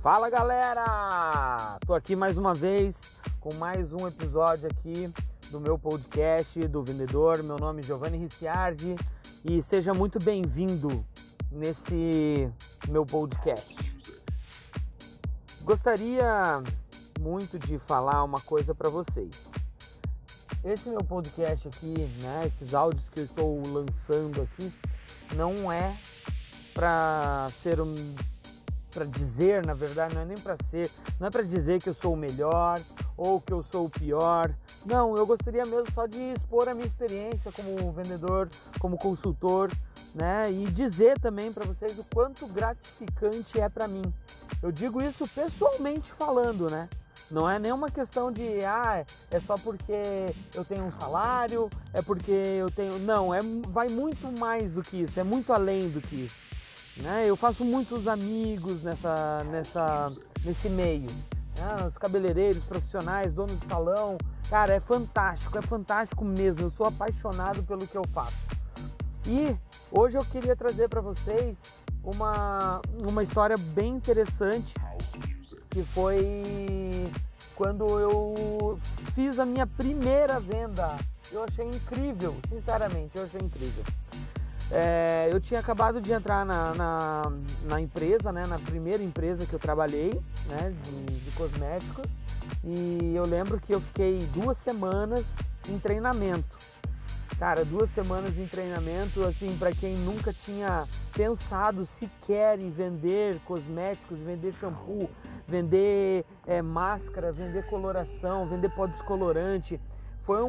Fala galera, tô aqui mais uma vez com mais um episódio aqui do meu podcast do Vendedor. Meu nome é Giovanni Ricciardi e seja muito bem-vindo nesse meu podcast. Gostaria muito de falar uma coisa para vocês. Esse meu podcast aqui, esses áudios que eu estou lançando aqui, não é para ser para dizer, na verdade, não é nem para ser, não é para dizer que eu sou o melhor ou que eu sou o pior. Não, eu gostaria mesmo só de expor a minha experiência como vendedor, como consultor, e dizer também para vocês o quanto gratificante é para mim. Eu digo isso pessoalmente falando, Não é nenhuma questão de, é só porque eu tenho um salário, é porque eu tenho... Não, vai muito mais do que isso, é muito além do que isso. Eu faço muitos amigos nesse meio. Os cabeleireiros profissionais, donos de salão. Cara, é fantástico mesmo. Eu sou apaixonado pelo que eu faço. E hoje eu queria trazer para vocês uma história bem interessante, que foi quando eu fiz a minha primeira venda. Eu achei incrível, sinceramente, eu achei incrível. Eu tinha acabado de entrar na empresa, na primeira empresa que eu trabalhei, de cosméticos, e eu lembro que eu fiquei 2 semanas em treinamento. Cara, 2 semanas em treinamento, assim, para quem nunca tinha pensado sequer em vender cosméticos, vender shampoo, vender máscara, vender coloração, vender pó descolorante. Foi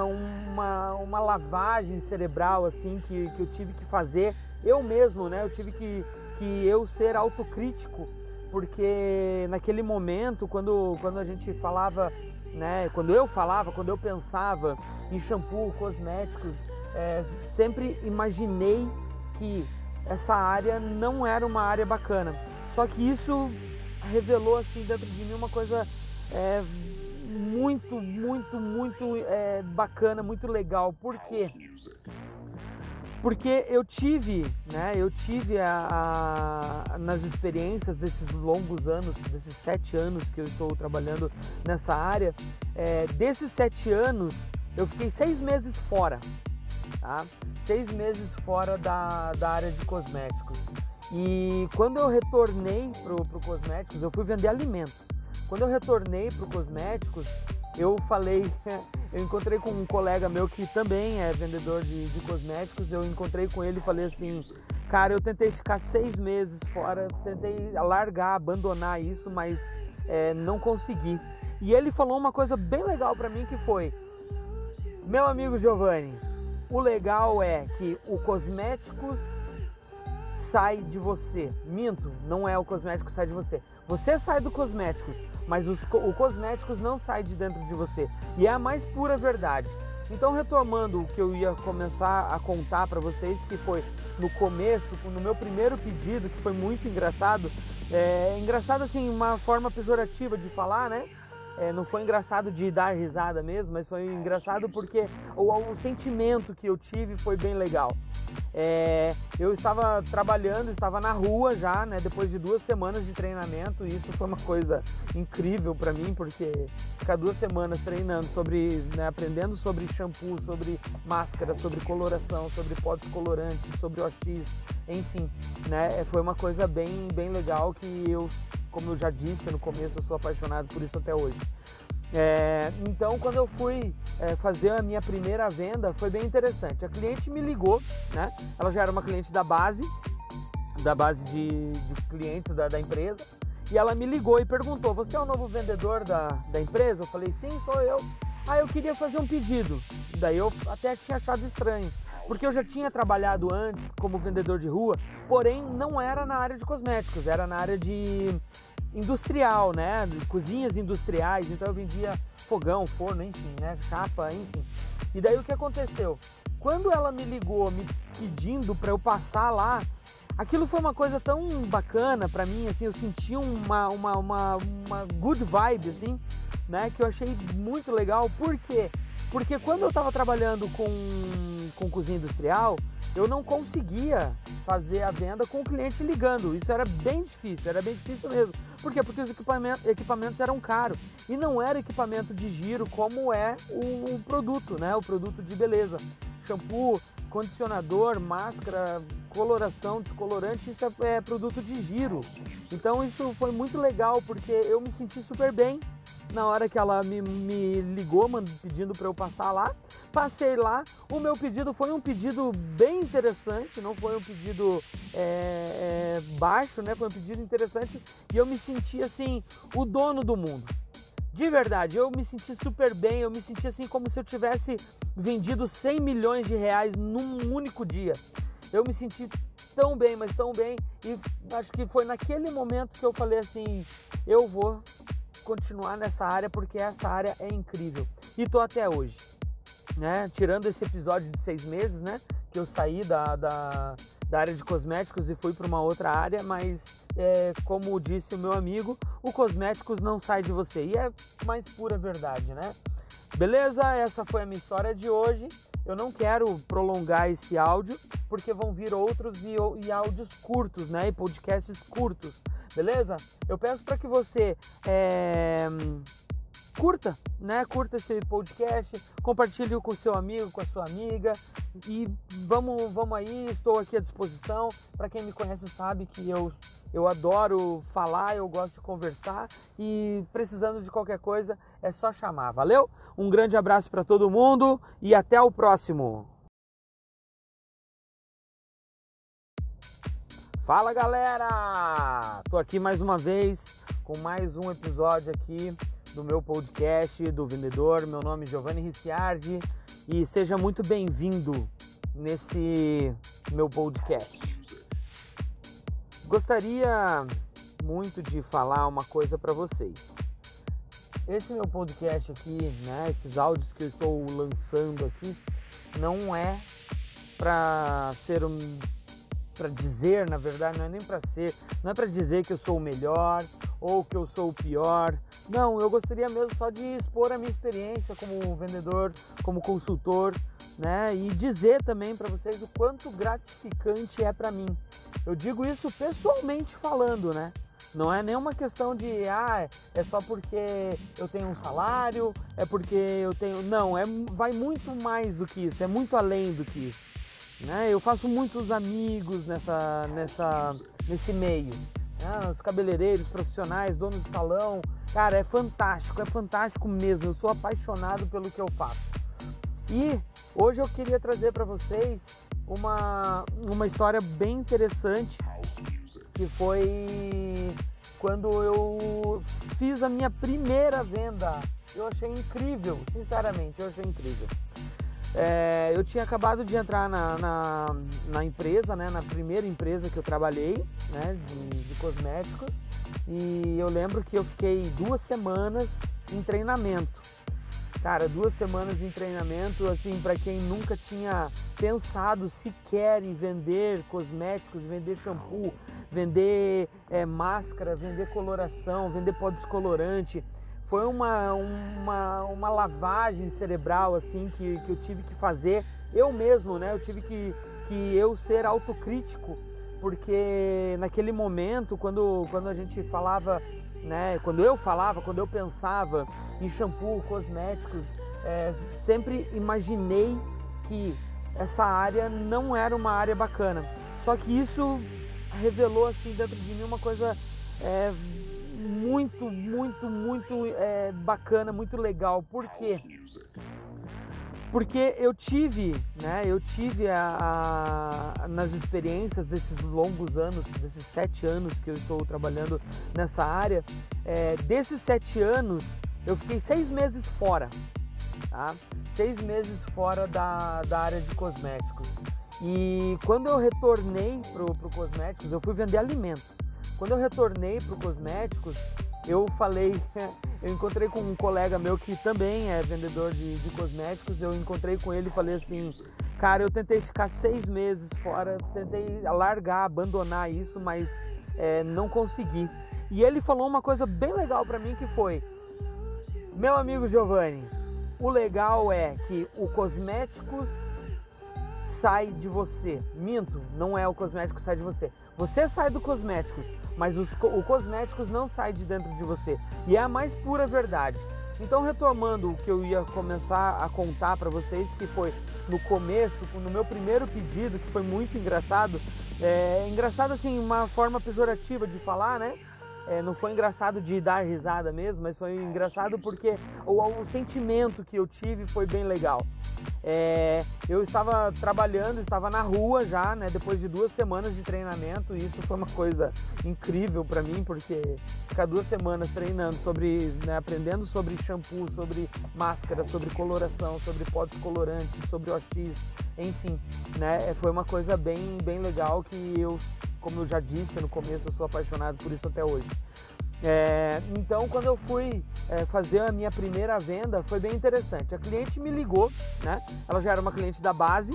uma lavagem cerebral, assim, que eu tive que fazer eu mesmo, Eu tive que eu ser autocrítico, porque naquele momento, quando a gente falava, quando eu pensava em shampoo, cosméticos, sempre imaginei que essa área não era uma área bacana. Só que isso revelou, assim, dentro de mim uma coisa muito bacana, muito legal. Por quê? Porque eu tive nas experiências desses longos anos, desses 7 anos que eu estou trabalhando nessa área, desses 7 anos eu fiquei 6 meses fora, tá? 6 meses fora da área de cosméticos. E quando eu retornei pro cosméticos, eu fui vender alimentos. Quando eu retornei pro cosméticos, eu encontrei com um colega meu que também é vendedor de cosméticos. Eu encontrei com ele e falei assim: cara, eu tentei ficar 6 meses fora, tentei largar, abandonar isso, mas não consegui. E ele falou uma coisa bem legal pra mim, que foi: meu amigo Giovanni, o legal é que o cosméticos sai de você. Minto, não é o cosmético que sai de você. Você sai do cosméticos, mas o cosméticos não sai de dentro de você. E é a mais pura verdade. Então, retomando o que eu ia começar a contar para vocês, que foi no começo, no meu primeiro pedido, que foi muito engraçado. Engraçado, assim, uma forma pejorativa de falar, não foi engraçado de dar risada mesmo, mas foi engraçado porque o sentimento que eu tive foi bem legal. Eu estava trabalhando, estava na rua já, depois de 2 semanas de treinamento, e isso foi uma coisa incrível para mim, porque ficar 2 semanas treinando aprendendo sobre shampoo, sobre máscara, sobre coloração, sobre pó descolorante, sobre OX, enfim, foi uma coisa bem legal que eu, como eu já disse no começo, eu sou apaixonado por isso até hoje. Então, quando eu fui fazer a minha primeira venda, foi bem interessante. A cliente me ligou, Ela já era uma cliente da base de clientes da empresa, e ela me ligou e perguntou: você é o novo vendedor da empresa? Eu falei: sim, sou eu. Eu queria fazer um pedido. Daí eu até tinha achado estranho, porque eu já tinha trabalhado antes como vendedor de rua, porém não era na área de cosméticos, era na área de industrial, de cozinhas industriais. Então eu vendia fogão, forno, enfim, chapa, enfim. E daí o que aconteceu? Quando ela me ligou me pedindo para eu passar lá, aquilo foi uma coisa tão bacana para mim, assim, eu senti uma good vibe, assim, que eu achei muito legal. Por quê? Porque quando eu estava trabalhando com cozinha industrial, eu não conseguia fazer a venda com o cliente ligando. Isso era bem difícil mesmo. Por quê? Porque os equipamentos eram caros e não era equipamento de giro como é o produto, né? O produto de beleza. Shampoo, condicionador, máscara, coloração, descolorante, isso é produto de giro. Então isso foi muito legal porque eu me senti super bem na hora que ela me ligou pedindo para eu passar lá. Passei lá, o meu pedido foi um pedido bem interessante, não foi um pedido baixo, né? Foi um pedido interessante e eu me senti assim, o dono do mundo. De verdade, eu me senti super bem, eu me senti assim como se eu tivesse vendido 100 milhões de reais num único dia. Eu me senti tão bem, mas tão bem, e acho que foi naquele momento que eu falei assim, eu vou continuar nessa área porque essa área é incrível. E tô até hoje, né? Tirando esse episódio de 6 meses, né? Que eu saí da área de cosméticos e fui para uma outra área, mas como disse o meu amigo, o cosméticos não sai de você. E é mais pura verdade, né? Beleza? Essa foi a minha história de hoje. Eu não quero prolongar esse áudio, porque vão vir outros e áudios curtos, né? E podcasts curtos. Beleza? Eu peço para que você curta, né? Curta esse podcast, compartilhe com o seu amigo, com a sua amiga e vamos aí, estou aqui à disposição. Para quem me conhece sabe que eu adoro falar, eu gosto de conversar e precisando de qualquer coisa é só chamar, valeu? Um grande abraço para todo mundo e até o próximo! Fala galera! Tô aqui mais uma vez com mais um episódio aqui do meu podcast do Vendedor. Meu nome é Giovanni Ricciardi e seja muito bem-vindo nesse meu podcast. Gostaria muito de falar uma coisa para vocês. Esse meu podcast aqui, né, esses áudios que eu estou lançando aqui, não é para ser para dizer, na verdade, não é nem para ser, não é para dizer que eu sou o melhor ou que eu sou o pior. Não, eu gostaria mesmo só de expor a minha experiência como vendedor, como consultor, né? E dizer também para vocês o quanto gratificante é para mim. Eu digo isso pessoalmente falando, né? Não é nenhuma questão de, é só porque eu tenho um salário, é porque eu tenho... Não, vai muito mais do que isso, é muito além do que isso. Né? Eu faço muitos amigos nesse meio, né? Os cabeleireiros profissionais, donos de salão, cara, é fantástico mesmo, eu sou apaixonado pelo que eu faço. E hoje eu queria trazer para vocês uma história bem interessante, que foi quando eu fiz a minha primeira venda. Eu achei incrível, sinceramente, eu achei incrível. Eu tinha acabado de entrar na empresa, né, na primeira empresa que eu trabalhei, né, de cosméticos, e eu lembro que eu fiquei 2 semanas em treinamento. Cara, 2 semanas em treinamento, assim, para quem nunca tinha pensado sequer em vender cosméticos, vender shampoo, vender máscara, vender coloração, vender pó descolorante. Foi uma lavagem cerebral assim que eu tive que fazer eu mesmo, né? Eu tive que eu ser autocrítico, porque naquele momento, quando a gente falava, né? Quando eu pensava em shampoo, cosméticos, sempre imaginei que essa área não era uma área bacana. Só que isso revelou assim dentro de mim uma coisa muito bacana, muito legal. Por quê? Porque eu tive nas experiências desses longos anos, desses 7 anos que eu estou trabalhando nessa área, desses 7 anos eu fiquei 6 meses fora, tá? 6 meses fora da área de cosméticos. E quando eu retornei pro cosméticos, eu fui vender alimentos. Quando eu retornei pro cosméticos, eu encontrei com um colega meu que também é vendedor de cosméticos. Eu encontrei com ele e falei assim, cara, eu tentei ficar 6 meses fora, tentei largar, abandonar isso, mas não consegui. E ele falou uma coisa bem legal pra mim, que foi: meu amigo Giovanni, o legal é que o cosméticos sai de você. Minto, não é o cosmético que sai de você. Você sai do cosméticos, mas o cosméticos não sai de dentro de você. E é a mais pura verdade. Então, retomando o que eu ia começar a contar para vocês, que foi no começo, no meu primeiro pedido, que foi muito engraçado. Engraçado assim, uma forma pejorativa de falar, né? Não foi engraçado de dar risada mesmo, mas foi engraçado porque o sentimento que eu tive foi bem legal. Eu estava trabalhando, estava na rua já, né, depois de 2 semanas de treinamento, e isso foi uma coisa incrível para mim, porque ficar 2 semanas treinando aprendendo sobre shampoo, sobre máscara, sobre coloração, sobre pó descolorante, sobre OX, enfim, né, foi uma coisa bem legal que eu, como eu já disse no começo, eu sou apaixonado por isso até hoje. Então, quando eu fui fazer a minha primeira venda, foi bem interessante. A cliente me ligou, né? Ela já era uma cliente da base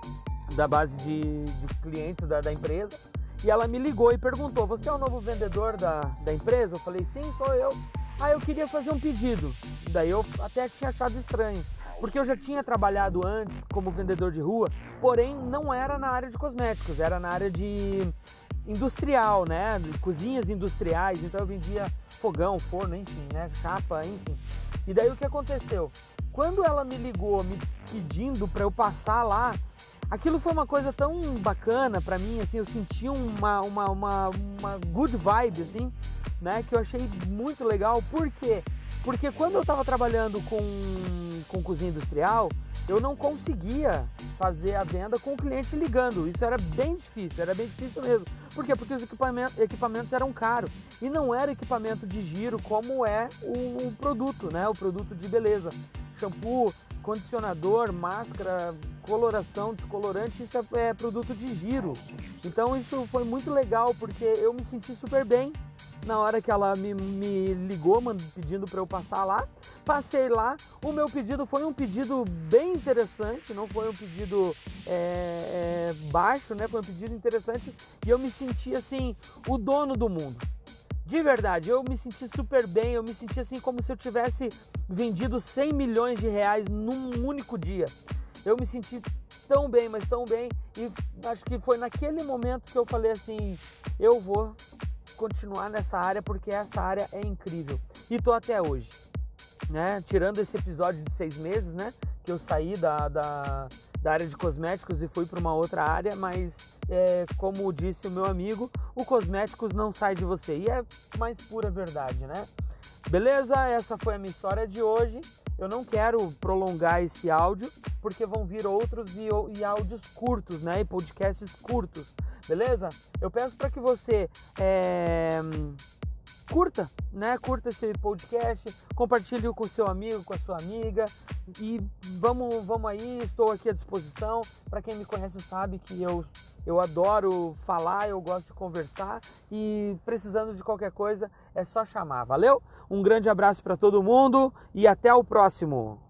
de clientes da empresa, e ela me ligou e perguntou: você é o novo vendedor da empresa? Eu falei: sim, sou eu. Eu queria fazer um pedido. Daí eu até tinha achado estranho, porque eu já tinha trabalhado antes como vendedor de rua, porém não era na área de cosméticos, era na área de industrial, né? Cozinhas industriais. Então eu vendia fogão, forno, enfim, né? Chapa, enfim. E daí o que aconteceu? Quando ela me ligou me pedindo para eu passar lá, aquilo foi uma coisa tão bacana para mim, assim, eu senti uma good vibe, assim, né? Que eu achei muito legal. Por quê? Porque quando eu estava trabalhando com cozinha industrial, eu não conseguia fazer a venda com o cliente ligando. Isso era bem difícil mesmo. Por quê? Porque os equipamentos eram caros. E não era equipamento de giro como é o produto, né? O produto de beleza. Shampoo, condicionador, máscara, coloração, descolorante, isso é produto de giro. Então isso foi muito legal, porque eu me senti super bem na hora que ela me ligou pedindo para eu passar lá. Passei lá, o meu pedido foi um pedido bem interessante, não foi um pedido baixo, né? Foi um pedido interessante, e eu me senti assim, o dono do mundo. De verdade, eu me senti super bem, eu me senti assim como se eu tivesse vendido 100 milhões de reais num único dia. Eu me senti tão bem, mas tão bem, e acho que foi naquele momento que eu falei assim: eu vou continuar nessa área, porque essa área é incrível. E tô até hoje, né? Tirando esse episódio de 6 meses, né? Que eu saí da área de cosméticos e fui para uma outra área, mas como disse o meu amigo, o cosméticos não sai de você. E é mais pura verdade, né? Beleza? Essa foi a minha história de hoje. Eu não quero prolongar esse áudio, porque vão vir outros e áudios curtos, né? E podcasts curtos. Beleza? Eu peço para que você curta, né? Curta esse podcast, compartilhe com o seu amigo, com a sua amiga, e vamos aí, estou aqui à disposição. Para quem me conhece sabe que eu adoro falar, eu gosto de conversar, e precisando de qualquer coisa é só chamar, valeu? Um grande abraço para todo mundo e até o próximo!